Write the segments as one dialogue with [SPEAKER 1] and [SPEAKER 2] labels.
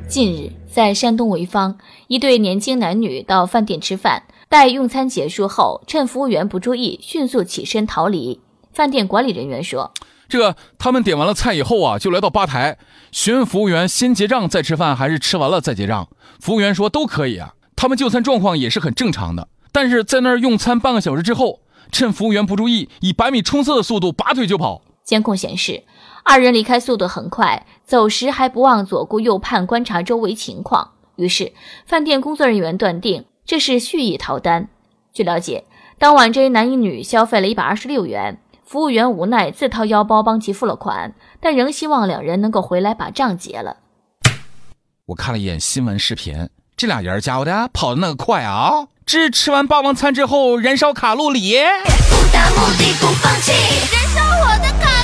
[SPEAKER 1] 近日，在山东潍坊，一对年轻男女到饭店吃饭，待用餐结束后，趁服务员不注意，迅速起身逃离。饭店管理人员说，
[SPEAKER 2] 他们点完了菜以后啊，就来到吧台，询问服务员先结账再吃饭，还是吃完了再结账。服务员说都可以啊，他们就餐状况也是很正常的。但是在那儿用餐半个小时之后，趁服务员不注意，以100米冲刺的速度拔腿就跑。
[SPEAKER 1] 监控显示，二人离开速度很快，走时还不忘左顾右盼观察周围情况。于是，饭店工作人员断定这是蓄意逃单。据了解，当晚这一男一女消费了126元，服务员无奈自掏腰包帮其付了款，但仍希望两人能够回来把账结了。
[SPEAKER 2] 我看了一眼新闻视频，这俩人家伙的跑得那个快啊！只吃完霸王餐之后燃烧卡路里，
[SPEAKER 3] 不达目的不放弃，燃烧我的卡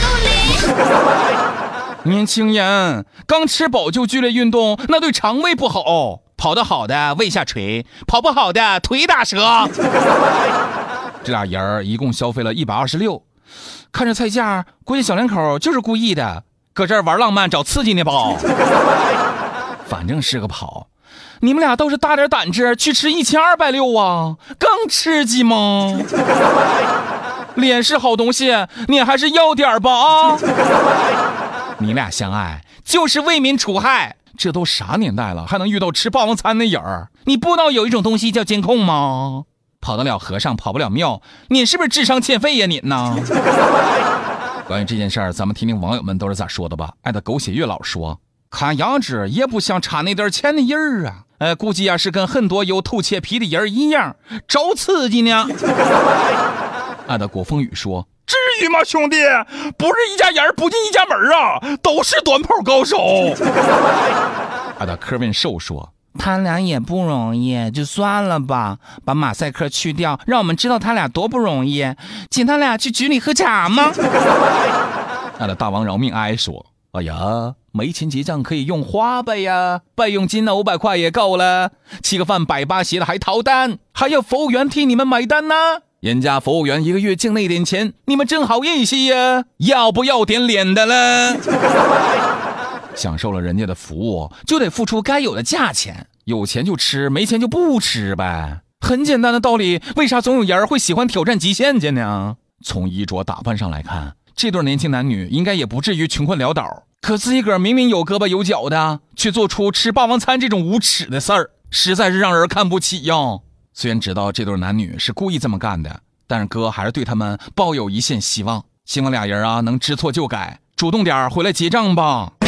[SPEAKER 3] 路里。
[SPEAKER 2] 年轻人刚吃饱就剧烈运动，那对肠胃不好。跑得好的胃下垂，跑不好的腿打折。这俩人一共消费了126，看着菜价，估计小两口就是故意的，搁这儿玩浪漫找刺激呢吧。反正是个跑，你们俩倒是大点胆子去吃1260啊，更刺激吗？脸是好东西，你还是要点吧啊！你俩相爱就是为民除害，这都啥年代了，还能遇到吃霸王餐的人儿？你不知道有一种东西叫监控吗？跑得了和尚跑不了庙，你是不是智商欠费呀你呢？关于这件事儿，咱们听听网友们都是咋说的吧。爱的狗血月老说，看样子也不像差那点钱的人啊，估计是跟很多有偷窃癖的人一样找刺激呢。爱的郭风雨说，至于吗兄弟，不是一家人不进一家门啊，都是短跑高手。爱的柯文寿说，他俩也不容易，就算了吧，把马赛克去掉，让我们知道他俩多不容易，请他俩去局里喝茶吗？爱的大王饶命哀说，哎呀，没钱结账可以用花呗呀，备用金的500块也够了，吃个饭摆巴鞋的还逃单，还要服务员替你们买单呢。人家服务员一个月挣那点钱，你们真好意思呀，要不要点脸的了？享受了人家的服务，就得付出该有的价钱，有钱就吃，没钱就不吃呗。很简单的道理，为啥总有人会喜欢挑战极限去呢？从衣着打扮上来看，这对年轻男女应该也不至于穷困潦倒，可自己个儿明明有胳膊有脚的，却做出吃霸王餐这种无耻的事儿，实在是让人看不起呀。虽然知道这对男女是故意这么干的，但是哥还是对他们抱有一线希望，希望俩人能知错就改，主动点回来结账吧。